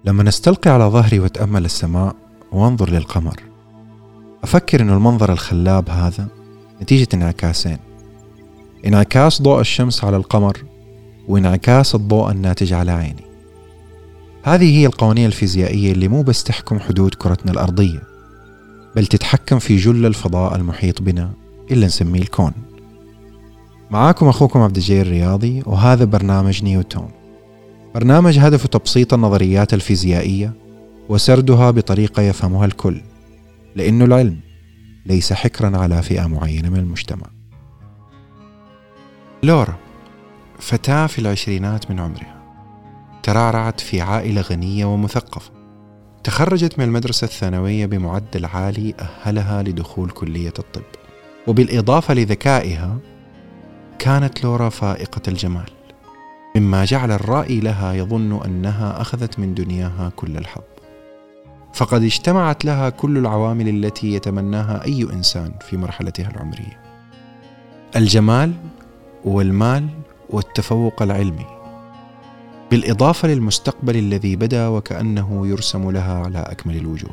لما نستلقي على ظهري وأتأمل السماء وأنظر للقمر، أفكر إنه المنظر الخلاب هذا نتيجة انعكاسين: انعكاس ضوء الشمس على القمر، وانعكاس الضوء الناتج على عيني. هذه هي القوانين الفيزيائية اللي مو بس تحكم حدود كرتنا الأرضية، بل تتحكم في جل الفضاء المحيط بنا اللي نسميه الكون. معاكم أخوكم عبد الجليل الرياضي، وهذا برنامج نيوتون، برنامج هدفه تبسيط النظريات الفيزيائية وسردها بطريقة يفهمها الكل، لأنه العلم ليس حكرا على فئة معينة من المجتمع. لورا فتاة في العشرينات من عمرها، ترعرعت في عائلة غنية ومثقفة، تخرجت من المدرسة الثانوية بمعدل عالي أهلها لدخول كلية الطب، وبالإضافة لذكائها كانت لورا فائقة الجمال، مما جعل الرائي لها يظن أنها أخذت من دنياها كل الحظ، فقد اجتمعت لها كل العوامل التي يتمناها أي إنسان في مرحلتها العمرية: الجمال والمال والتفوق العلمي، بالإضافة للمستقبل الذي بدا وكأنه يرسم لها على أكمل الوجوه.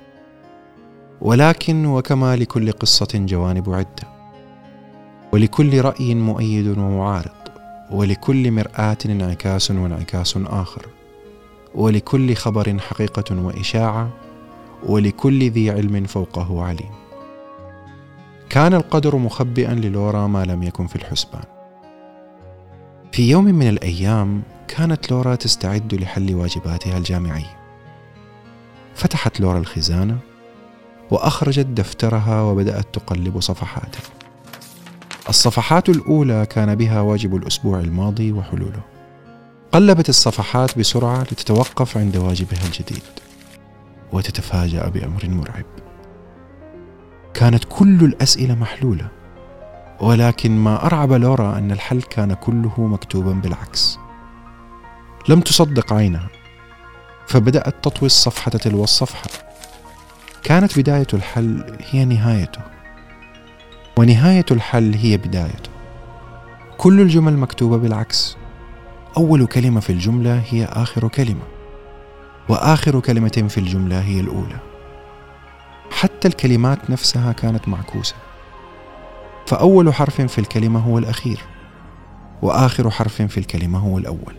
ولكن وكما لكل قصة جوانب عدة، ولكل رأي مؤيد ومعارض، ولكل مرآة انعكاس وانعكاس آخر، ولكل خبر حقيقة وإشاعة، ولكل ذي علم فوقه عليم. كان القدر مخبئا للورا ما لم يكن في الحسبان. في يوم من الأيام كانت لورا تستعد لحل واجباتها الجامعية. فتحت لورا الخزانة وأخرجت دفترها وبدأت تقلب صفحاتها. الصفحات الأولى كان بها واجب الأسبوع الماضي وحلوله. قلبت الصفحات بسرعة لتتوقف عند واجبها الجديد، وتتفاجأ بأمر مرعب. كانت كل الأسئلة محلولة، ولكن ما أرعب لورا أن الحل كان كله مكتوبا بالعكس. لم تصدق عينها، فبدأت تطوي الصفحة تلو الصفحة. كانت بداية الحل هي نهايته، ونهاية الحل هي بدايته. كل الجمل مكتوبة بالعكس. أول كلمة في الجملة هي آخر كلمة، وآخر كلمة في الجملة هي الأولى. حتى الكلمات نفسها كانت معكوسة، فأول حرف في الكلمة هو الأخير، وآخر حرف في الكلمة هو الأول.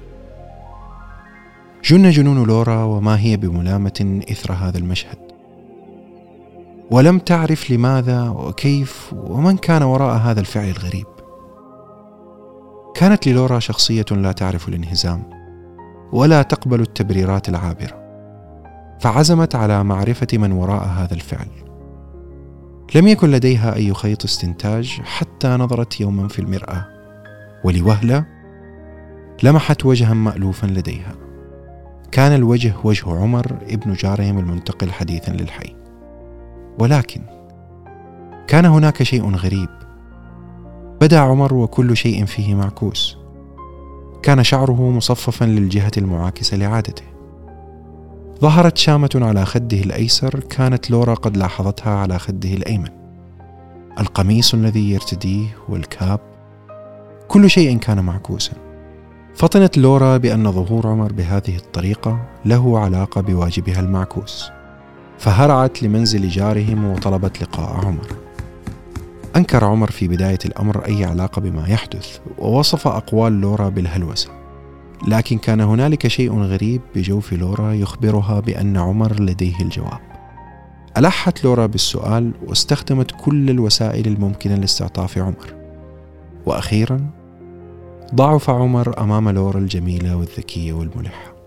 جن جنون لورا وما هي بملامة إثر هذا المشهد، ولم تعرف لماذا وكيف ومن كان وراء هذا الفعل الغريب. كانت للورا شخصية لا تعرف الانهزام ولا تقبل التبريرات العابرة، فعزمت على معرفة من وراء هذا الفعل. لم يكن لديها أي خيط استنتاج حتى نظرت يوما في المرآة، ولوهلة لمحت وجها مألوفا لديها. كان الوجه وجه عمر ابن جارهم المنتقل حديثا للحي، ولكن كان هناك شيء غريب. بدأ عمر وكل شيء فيه معكوس. كان شعره مصففا للجهة المعاكسة لعادته. ظهرت شامة على خده الأيسر كانت لورا قد لاحظتها على خده الأيمن. القميص الذي يرتديه والكاب، كل شيء كان معكوسا. فطنت لورا بأن ظهور عمر بهذه الطريقة له علاقة بواجبها المعكوس، فهرعت لمنزل جارهم وطلبت لقاء عمر. أنكر عمر في بداية الأمر أي علاقة بما يحدث، ووصف أقوال لورا بالهلوسة، لكن كان هنالك شيء غريب بجوف لورا يخبرها بأن عمر لديه الجواب. ألحت لورا بالسؤال واستخدمت كل الوسائل الممكنة لاستعطاف عمر، وأخيرا ضعف عمر أمام لورا الجميلة والذكية والملحة.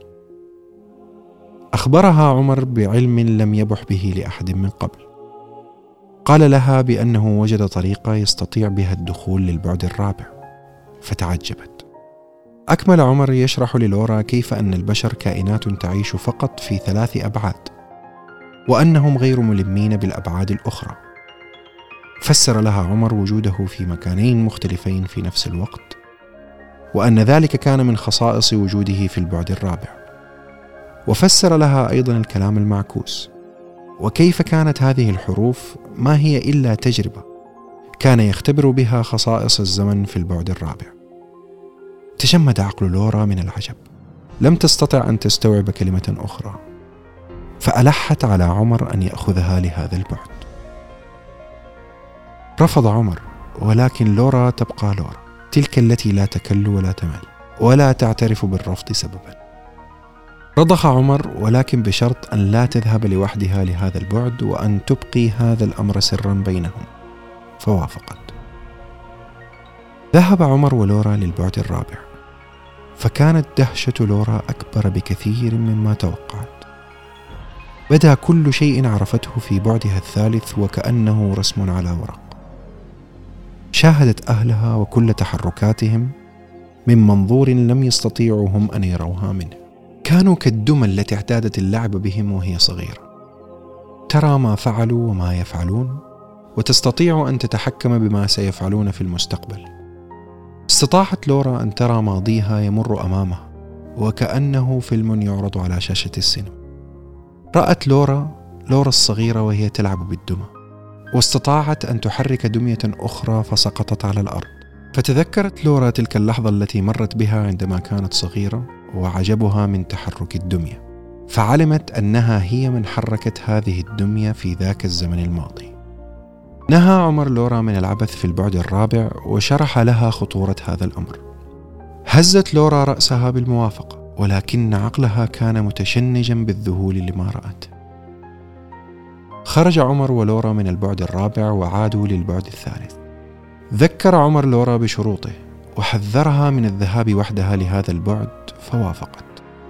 أخبرها عمر بعلم لم يبح به لأحد من قبل. قال لها بأنه وجد طريقة يستطيع بها الدخول للبعد الرابع، فتعجبت. أكمل عمر يشرح للورا كيف أن البشر كائنات تعيش فقط في 3 أبعاد، وأنهم غير ملمين بالأبعاد الأخرى. فسر لها عمر وجوده في مكانين مختلفين في نفس الوقت، وأن ذلك كان من خصائص وجوده في البعد الرابع. وفسر لها أيضا الكلام المعكوس، وكيف كانت هذه الحروف ما هي إلا تجربة كان يختبر بها خصائص الزمن في البعد الرابع. تجمد عقل لورا من العجب. لم تستطع أن تستوعب كلمة أخرى، فألحت على عمر أن يأخذها لهذا البعد. رفض عمر، ولكن لورا تبقى لورا، تلك التي لا تكل ولا تمل ولا تعترف بالرفض سببا. رضخ عمر، ولكن بشرط أن لا تذهب لوحدها لهذا البعد، وأن تبقي هذا الأمر سرا بينهم، فوافقت. ذهب عمر ولورا للبعد الرابع، فكانت دهشة لورا أكبر بكثير مما توقعت. بدأ كل شيء عرفته في بعدها الثالث وكأنه رسم على ورق. شاهدت أهلها وكل تحركاتهم من منظور لم يستطيعوا هم أن يروها منه. كانوا كالدمى التي اعتادت اللعب بهم وهي صغيرة، ترى ما فعلوا وما يفعلون، وتستطيع أن تتحكم بما سيفعلون في المستقبل. استطاعت لورا أن ترى ماضيها يمر أمامها وكأنه فيلم يعرض على شاشة السينما. رأت لورا الصغيرة وهي تلعب بالدمى، واستطاعت أن تحرك دمية أخرى فسقطت على الأرض. فتذكرت لورا تلك اللحظة التي مرت بها عندما كانت صغيرة وعجبها من تحرك الدمية، فعلمت أنها هي من حركت هذه الدمية في ذاك الزمن الماضي. نهى عمر لورا من العبث في البعد الرابع وشرح لها خطورة هذا الأمر. هزت لورا رأسها بالموافقة، ولكن عقلها كان متشنجا بالذهول لما رأت. خرج عمر ولورا من البعد الرابع وعادوا للبعد الثالث. ذكر عمر لورا بشروطه وحذرها من الذهاب وحدها لهذا البعد، فوافقت،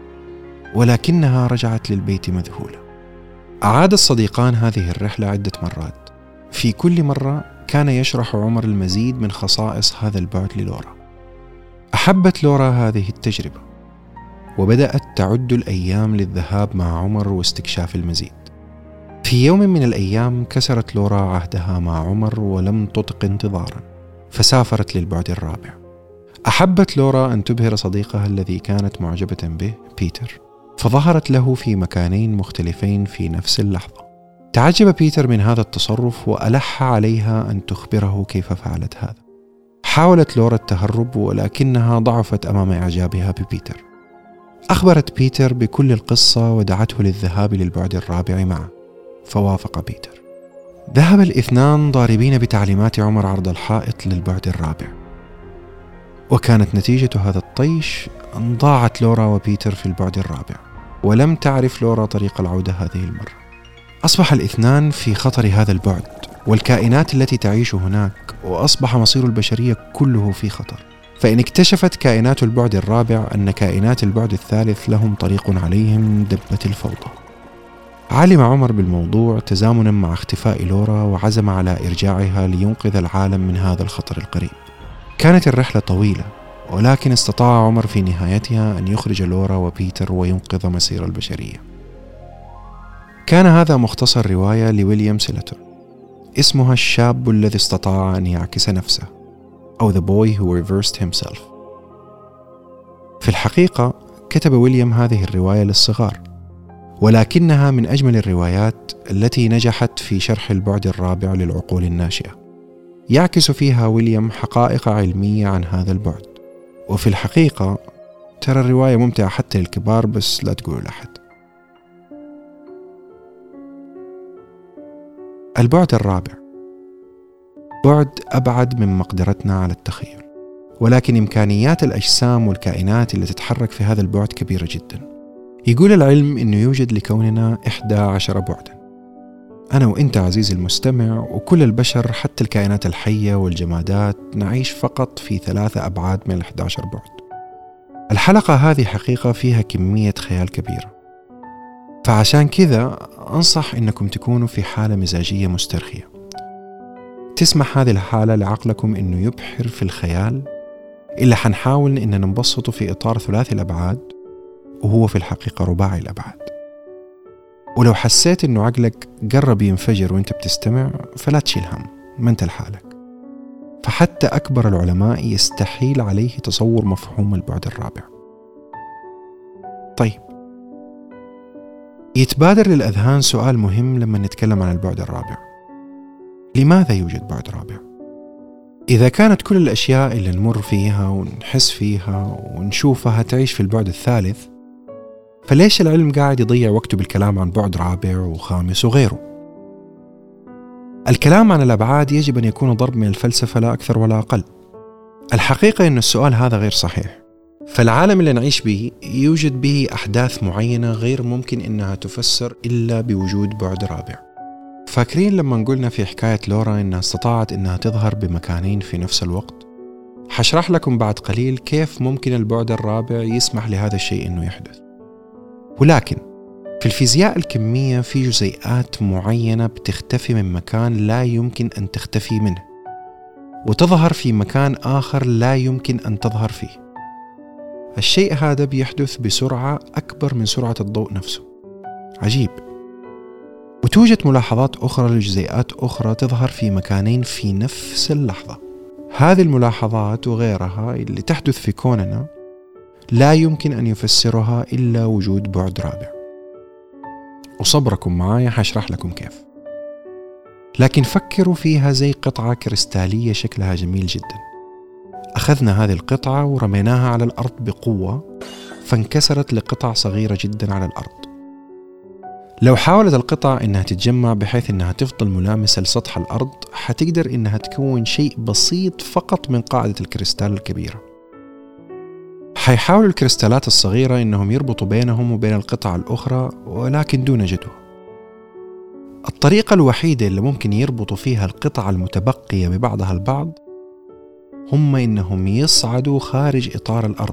ولكنها رجعت للبيت مذهولة. أعاد الصديقان هذه الرحلة عدة مرات. في كل مرة كان يشرح عمر المزيد من خصائص هذا البعد للورا. أحبت لورا هذه التجربة، وبدأت تعد الأيام للذهاب مع عمر واستكشاف المزيد. في يوم من الأيام كسرت لورا عهدها مع عمر ولم تطق انتظارا، فسافرت للبعد الرابع. أحبت لورا أن تبهر صديقها الذي كانت معجبة به بيتر، فظهرت له في مكانين مختلفين في نفس اللحظة. تعجب بيتر من هذا التصرف وألح عليها أن تخبره كيف فعلت هذا. حاولت لورا التهرب، ولكنها ضعفت أمام إعجابها ببيتر. أخبرت بيتر بكل القصة ودعته للذهاب للبعد الرابع معه، فوافق بيتر. ذهب الاثنان ضاربين بتعليمات عمر عرض الحائط للبعد الرابع، وكانت نتيجة هذا الطيش أن ضاعت لورا وبيتر في البعد الرابع، ولم تعرف لورا طريق العودة هذه المرة. أصبح الاثنان في خطر هذا البعد والكائنات التي تعيش هناك، وأصبح مصير البشرية كله في خطر. فإن اكتشفت كائنات البعد الرابع أن كائنات البعد الثالث لهم طريق عليهم، دبت الفوضى. علم عمر بالموضوع تزامنا مع اختفاء لورا، وعزم على إرجاعها لينقذ العالم من هذا الخطر القريب. كانت الرحلة طويلة، ولكن استطاع عمر في نهايتها أن يخرج لورا وبيتر وينقذ مسير البشرية. كان هذا مختصر رواية لويليام سيلتون اسمها الشاب الذي استطاع أن يعكس نفسه، أو The Boy Who Reversed Himself. في الحقيقة كتب ويليام هذه الرواية للصغار، ولكنها من أجمل الروايات التي نجحت في شرح البعد الرابع للعقول الناشئة. يعكس فيها ويليام حقائق علمية عن هذا البعد، وفي الحقيقة ترى الرواية ممتعة حتى للكبار، بس لا تقولوا لأحد. البعد الرابع بعد أبعد من مقدرتنا على التخيل، ولكن إمكانيات الأجسام والكائنات اللي تتحرك في هذا البعد كبيرة جدا. يقول العلم إنه يوجد لكوننا 11 بعدا. أنا وإنت عزيزي المستمع وكل البشر حتى الكائنات الحية والجمادات نعيش فقط في 3 أبعاد من 11 بعد. الحلقة هذه حقيقة فيها كمية خيال كبيرة، فعشان كذا أنصح إنكم تكونوا في حالة مزاجية مسترخية. تسمح هذه الحالة لعقلكم إنه يبحر في الخيال اللي حنحاول إننا نبسطه في إطار 3 الأبعاد، وهو في الحقيقة 4 الأبعاد. ولو حسيت إنه عقلك قرب ينفجر وإنت بتستمع، فلا تشيل هم، ما أنت لحالك. فحتى أكبر العلماء يستحيل عليه تصور مفهوم البعد الرابع. طيب، يتبادر للأذهان سؤال مهم لما نتكلم عن البعد الرابع: لماذا يوجد بعد رابع؟ إذا كانت كل الأشياء اللي نمر فيها ونحس فيها ونشوفها تعيش في البعد الثالث، فليش العلم قاعد يضيع وقته بالكلام عن بعد رابع وخامس وغيره؟ الكلام عن الأبعاد يجب أن يكون ضرب من الفلسفة لا أكثر ولا أقل. الحقيقة أن السؤال هذا غير صحيح، فالعالم اللي نعيش به يوجد به أحداث معينة غير ممكن أنها تفسر إلا بوجود بعد رابع. فاكرين لما قلنا في حكاية لورا أنها استطاعت أنها تظهر بمكانين في نفس الوقت؟ حشرح لكم بعد قليل كيف ممكن البعد الرابع يسمح لهذا الشيء أنه يحدث. ولكن في الفيزياء الكمية في جزيئات معينة بتختفي من مكان لا يمكن أن تختفي منه، وتظهر في مكان آخر لا يمكن أن تظهر فيه. الشيء هذا بيحدث بسرعة أكبر من سرعة الضوء نفسه. عجيب. وتوجد ملاحظات أخرى لجزيئات أخرى تظهر في مكانين في نفس اللحظة. هذه الملاحظات وغيرها اللي تحدث في كوننا لا يمكن أن يفسرها إلا وجود بعد رابع. وصبركم معايا حشرح لكم كيف. لكن فكروا فيها زي قطعة كريستالية شكلها جميل جدا. أخذنا هذه القطعة ورميناها على الأرض بقوة، فانكسرت لقطع صغيرة جدا على الأرض. لو حاولت القطعة إنها تتجمع بحيث إنها تفضل ملامسة لسطح الأرض، حتقدر إنها تكون شيء بسيط فقط من قاعدة الكريستال الكبيرة. حيحاول الكريستالات الصغيرة إنهم يربطوا بينهم وبين القطع الأخرى، ولكن دون جدوى. الطريقة الوحيدة اللي ممكن يربطوا فيها القطع المتبقية ببعضها البعض هم إنهم يصعدوا خارج إطار الأرض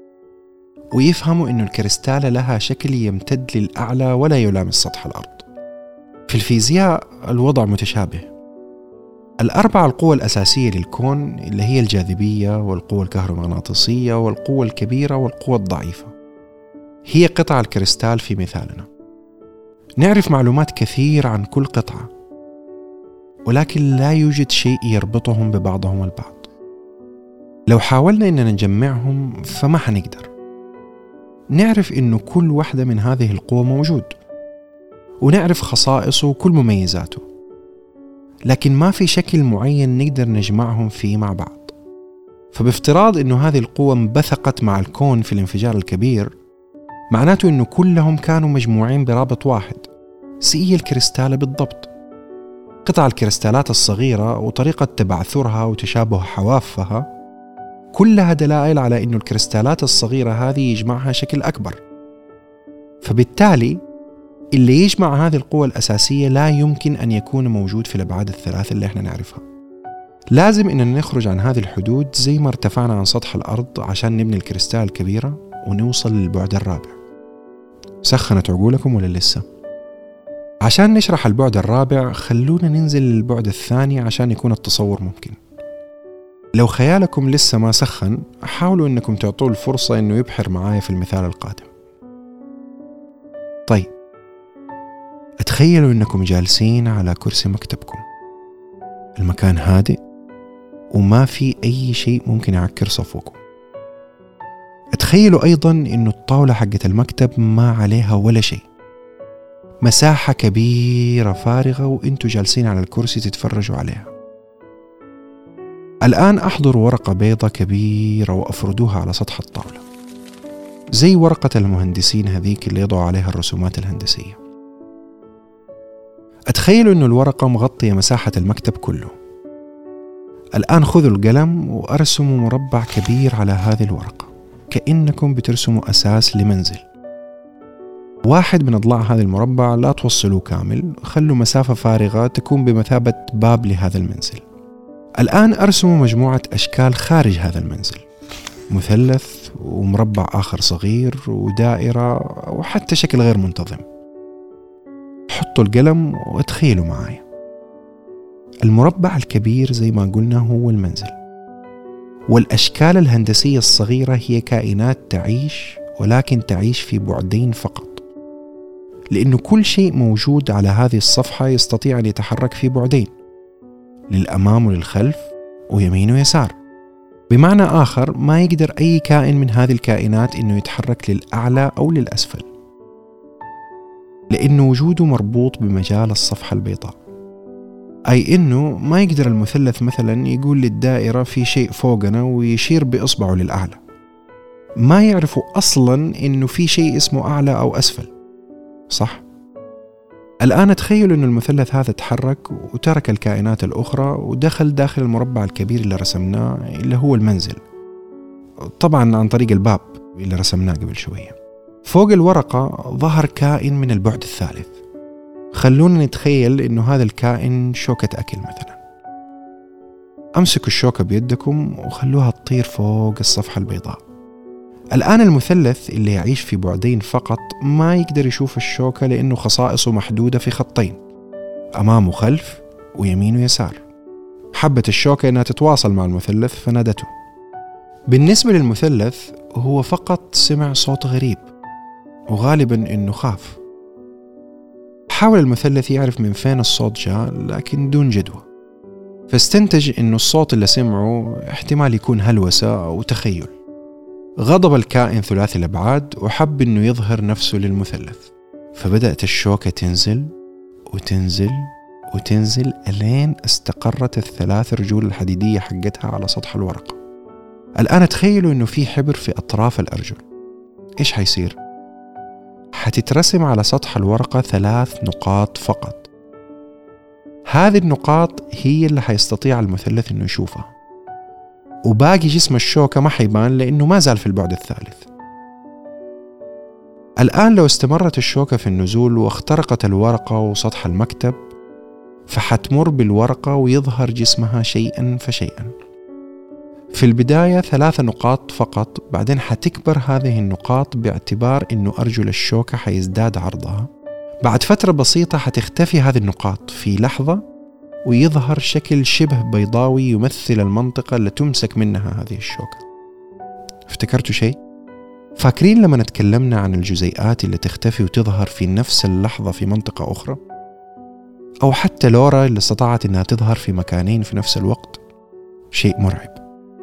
ويفهموا إنه الكريستالة لها شكل يمتد للأعلى ولا يلامس سطح الأرض. في الفيزياء الوضع متشابه. الأربع القوى الأساسية للكون اللي هي الجاذبية والقوة الكهرومغناطيسية والقوة الكبيرة والقوة الضعيفة هي قطع الكريستال في مثالنا. نعرف معلومات كثير عن كل قطعة، ولكن لا يوجد شيء يربطهم ببعضهم البعض. لو حاولنا إننا نجمعهم فما حنقدر. نعرف إنه كل واحدة من هذه القوى موجود، ونعرف خصائصه وكل مميزاته، لكن ما في شكل معين نقدر نجمعهم فيه مع بعض. فبافتراض إنه هذه القوة انبثقت مع الكون في الانفجار الكبير، معناته إنه كلهم كانوا مجموعين برابط واحد زي الكريستالة بالضبط. قطع الكريستالات الصغيرة وطريقة تبعثرها وتشابه حوافها كلها دلائل على إنه الكريستالات الصغيرة هذه يجمعها شكل أكبر. فبالتالي اللي يجمع هذه القوة الأساسية لا يمكن أن يكون موجود في الأبعاد الثلاث اللي احنا نعرفها. لازم إننا نخرج عن هذه الحدود زي ما ارتفعنا عن سطح الأرض عشان نبني الكريستال الكبيرة ونوصل للبعد الرابع. سخنت عقولكم ولا لسه؟ عشان نشرح البعد الرابع خلونا ننزل للبعد الثاني عشان يكون التصور ممكن. لو خيالكم لسه ما سخن، حاولوا إنكم تعطوه الفرصة إنه يبحر معايا في المثال القادم. طيب، اتخيلوا إنكم جالسين على كرسي مكتبكم. المكان هادئ وما في أي شيء ممكن يعكر صفوكم. اتخيلوا أيضا إنه الطاولة حقت المكتب ما عليها ولا شيء. مساحة كبيرة فارغة وإنتوا جالسين على الكرسي تتفرجوا عليها. الآن أحضروا ورقة بيضة كبيرة وأفردوها على سطح الطاولة زي ورقة المهندسين هذيك اللي يضعوا عليها الرسومات الهندسية. أتخيلوا أن الورقة مغطية مساحة المكتب كله. الآن خذوا القلم وأرسموا مربع كبير على هذه الورقة كأنكم بترسموا أساس لمنزل. واحد من أضلاع هذا المربع لا توصلوه كامل، خلوا مسافة فارغة تكون بمثابة باب لهذا المنزل. الآن أرسموا مجموعة أشكال خارج هذا المنزل، مثلث ومربع آخر صغير ودائرة وحتى شكل غير منتظم. حطوا القلم واتخيلوا معايا. المربع الكبير زي ما قلنا هو المنزل، والأشكال الهندسية الصغيرة هي كائنات تعيش، ولكن تعيش في بعدين فقط، لأنه كل شيء موجود على هذه الصفحة يستطيع أن يتحرك في بعدين، للأمام وللخلف ويمين ويسار. بمعنى آخر ما يقدر أي كائن من هذه الكائنات إنه يتحرك للأعلى أو للأسفل، لأنه وجوده مربوط بمجال الصفحة البيضاء. أي إنه ما يقدر المثلث مثلا يقول للدائرة في شيء فوقنا ويشير بإصبعه للأعلى، ما يعرفوا أصلاً إنه في شيء اسمه أعلى أو أسفل، صح؟ الآن تخيلوا إنه المثلث هذا تحرك وترك الكائنات الأخرى ودخل داخل المربع الكبير اللي رسمناه اللي هو المنزل، طبعاً عن طريق الباب اللي رسمناه قبل شوية. فوق الورقة ظهر كائن من البعد الثالث. خلونا نتخيل إنه هذا الكائن شوكة أكل مثلاً. أمسكوا الشوكة بيدكم وخلوها تطير فوق الصفحة البيضاء. الآن المثلث اللي يعيش في بعدين فقط ما يقدر يشوف الشوكة لأنه خصائصه محدودة في خطين، أمام وخلف ويمين ويسار. حبت الشوكة أنها تتواصل مع المثلث فنادته. بالنسبة للمثلث هو فقط سمع صوت غريب، وغالبا أنه خاف. حاول المثلث يعرف من فين الصوت جاء لكن دون جدوى، فاستنتج أنه الصوت اللي سمعه احتمال يكون هلوسة أو تخيل. غضب الكائن ثلاثي الأبعاد وحب أنه يظهر نفسه للمثلث، فبدأت الشوكة تنزل وتنزل وتنزل ألين استقرت الثلاث رجول الحديدية حقتها على سطح الورقة. الآن تخيلوا أنه في حبر في أطراف الأرجل. إيش حيصير؟ حتترسم على سطح الورقة 3 نقاط فقط. هذه النقاط هي اللي حيستطيع المثلث أنه يشوفها، وباقي جسم الشوكة ما حيبان لأنه ما زال في البعد الثالث. الآن لو استمرت الشوكة في النزول واخترقت الورقة وسطح المكتب، فحتمر بالورقة ويظهر جسمها شيئا فشيئا. في البداية 3 نقاط فقط، بعدين حتكبر هذه النقاط باعتبار أنه أرجل الشوكة حيزداد عرضها. بعد فترة بسيطة حتختفي هذه النقاط في لحظة، ويظهر شكل شبه بيضاوي يمثل المنطقة اللي تمسك منها هذه الشوكة. افتكرتوا شيء؟ فاكرين لما نتكلمنا عن الجزيئات اللي تختفي وتظهر في نفس اللحظة في منطقة أخرى؟ أو حتى لورا اللي استطاعت أنها تظهر في مكانين في نفس الوقت؟ شيء مرعب.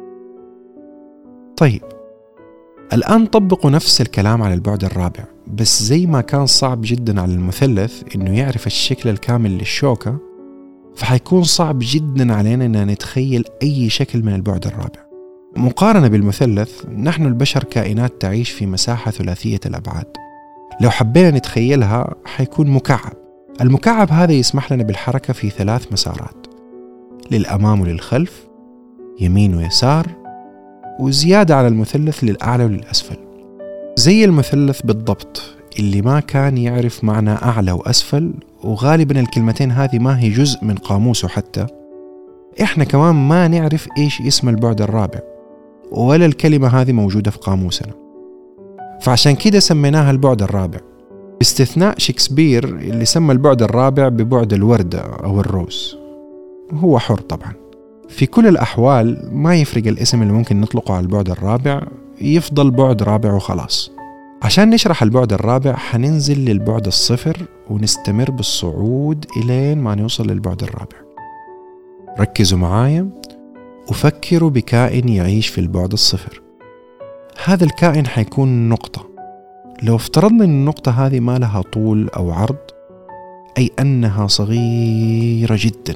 طيب، الآن طبقوا نفس الكلام على البعد الرابع، بس زي ما كان صعب جدا على المثلث إنه يعرف الشكل الكامل للشوكة، فحيكون صعب جدا علينا أن نتخيل أي شكل من البعد الرابع. مقارنة بالمثلث، نحن البشر كائنات تعيش في مساحة ثلاثية الأبعاد. لو حبينا نتخيلها حيكون مكعب. المكعب هذا يسمح لنا بالحركة في 3 مسارات، للأمام وللخلف، يمين ويسار، وزيادة على المثلث للأعلى وللأسفل. زي المثلث بالضبط اللي ما كان يعرف معنى أعلى وأسفل، وغالبا الكلمتين هذه ما هي جزء من قاموسه حتى. إحنا كمان ما نعرف إيش اسم البعد الرابع، ولا الكلمة هذه موجودة في قاموسنا، فعشان كده سميناها البعد الرابع، باستثناء شكسبير اللي سمى البعد الرابع ببعد الوردة أو الروز. هو حر طبعا. في كل الأحوال ما يفرق الاسم اللي ممكن نطلقه على البعد الرابع، يفضل بعد رابع وخلاص. عشان نشرح البعد الرابع حننزل للبعد الصفر ونستمر بالصعود إلين ما نوصل للبعد الرابع. ركزوا معايا وفكروا بكائن يعيش في البعد الصفر. هذا الكائن حيكون نقطة. لو افترضنا أن النقطة هذه ما لها طول أو عرض، أي أنها صغيرة جدا،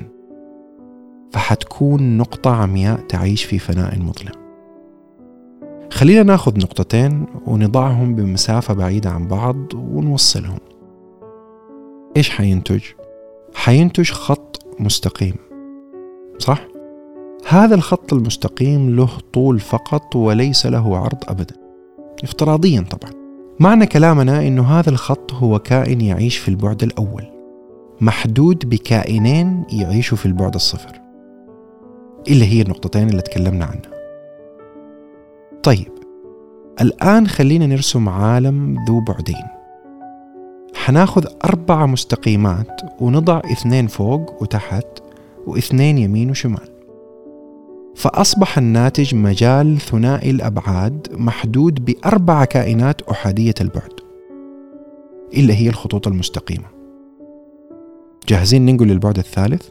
فحتكون نقطة عمياء تعيش في فناء مظلم. خلينا ناخذ نقطتين ونضعهم بمسافة بعيدة عن بعض ونوصلهم. إيش حينتج؟ حينتج خط مستقيم، صح؟ هذا الخط المستقيم له طول فقط وليس له عرض أبدا، افتراضيا طبعا. معنى كلامنا إنه هذا الخط هو كائن يعيش في البعد الأول، محدود بكائنين يعيشوا في البعد الصفر، اللي هي النقطتين اللي تكلمنا عنها. طيب، الآن خلينا نرسم عالم ذو بعدين. حناخذ 4 مستقيمات ونضع 2 فوق وتحت و2 يمين وشمال، فأصبح الناتج مجال ثنائي الأبعاد محدود ب4 كائنات أحادية البعد، اللي هي الخطوط المستقيمة. جاهزين ننقل للبعد الثالث؟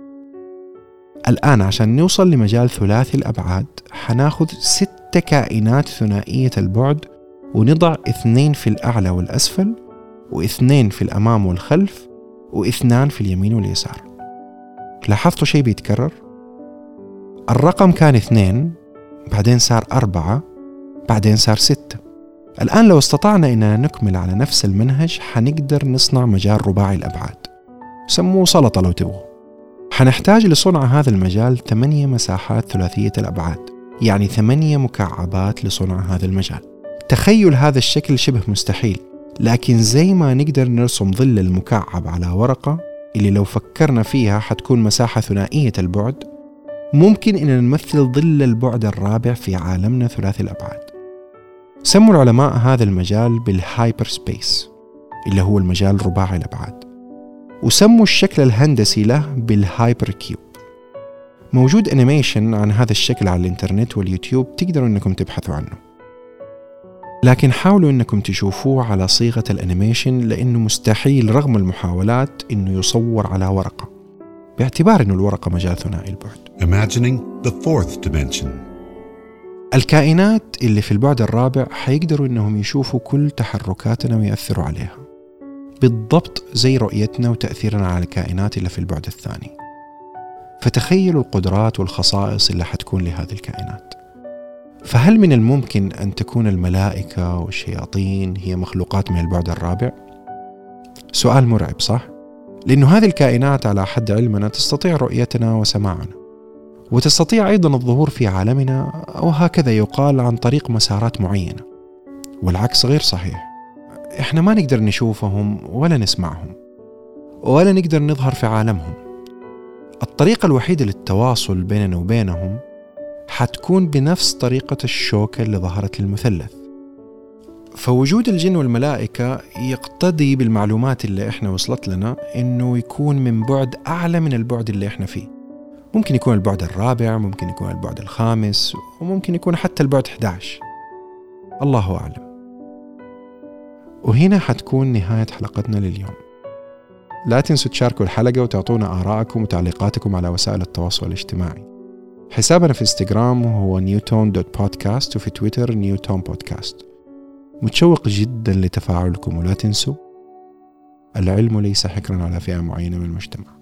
الآن عشان نوصل لمجال ثلاثي الأبعاد حناخذ 6 كائنات ثنائية البعد ونضع 2 في الأعلى والأسفل، و2 في الأمام والخلف، و2 في اليمين واليسار. لاحظتوا شيء بيتكرر؟ الرقم كان 2، بعدين صار 4، بعدين صار 6. الآن لو استطعنا إننا نكمل على نفس المنهج حنقدر نصنع مجال رباعي الأبعاد، سموه سلطة لو تبغوا. حنحتاج لصنع هذا المجال 8 مساحات ثلاثية الأبعاد، يعني 8 مكعبات لصنع هذا المجال. تخيل هذا الشكل شبه مستحيل، لكن زي ما نقدر نرسم ظل المكعب على ورقة اللي لو فكرنا فيها حتكون مساحة ثنائية البعد، ممكن إننا نمثل ظل البعد الرابع في عالمنا ثلاثي الأبعاد. سموا العلماء هذا المجال بالهايبر سبيس اللي هو المجال رباعي الأبعاد، وسموا الشكل الهندسي له بالهايبر كيوب. موجود انيميشن عن هذا الشكل على الانترنت واليوتيوب، تقدروا انكم تبحثوا عنه، لكن حاولوا انكم تشوفوه على صيغة الانيميشن، لانه مستحيل رغم المحاولات انه يصور على ورقة، باعتبار انه الورقة مجال ثنائي البعد. Imagining the fourth dimension. الكائنات اللي في البعد الرابع حيقدروا انهم يشوفوا كل تحركاتنا ويأثروا عليها، بالضبط زي رؤيتنا وتأثيرنا على الكائنات اللي في البعد الثاني. فتخيلوا القدرات والخصائص اللي حتكون لهذه الكائنات. فهل من الممكن أن تكون الملائكة والشياطين هي مخلوقات من البعد الرابع؟ سؤال مرعب صح؟ لأنه هذه الكائنات على حد علمنا تستطيع رؤيتنا وسماعنا، وتستطيع أيضا الظهور في عالمنا، وهكذا يقال عن طريق مسارات معينة. والعكس غير صحيح، إحنا ما نقدر نشوفهم ولا نسمعهم ولا نقدر نظهر في عالمهم. الطريقة الوحيدة للتواصل بيننا وبينهم حتكون بنفس طريقة الشوكة اللي ظهرت للمثلث. فوجود الجن والملائكة يقتضي بالمعلومات اللي إحنا وصلت لنا إنه يكون من بعد أعلى من البعد اللي إحنا فيه. ممكن يكون البعد الرابع، ممكن يكون البعد الخامس، وممكن يكون حتى البعد 11، الله أعلم. وهنا حتكون نهاية حلقتنا لليوم. لا تنسوا تشاركوا الحلقة وتعطونا آراءكم وتعليقاتكم على وسائل التواصل الاجتماعي. حسابنا في انستغرام هو newton.podcast، وفي تويتر newton podcast. متشوق جدا لتفاعلكم، ولا تنسوا العلم ليس حكرا على فئة معينة من المجتمع.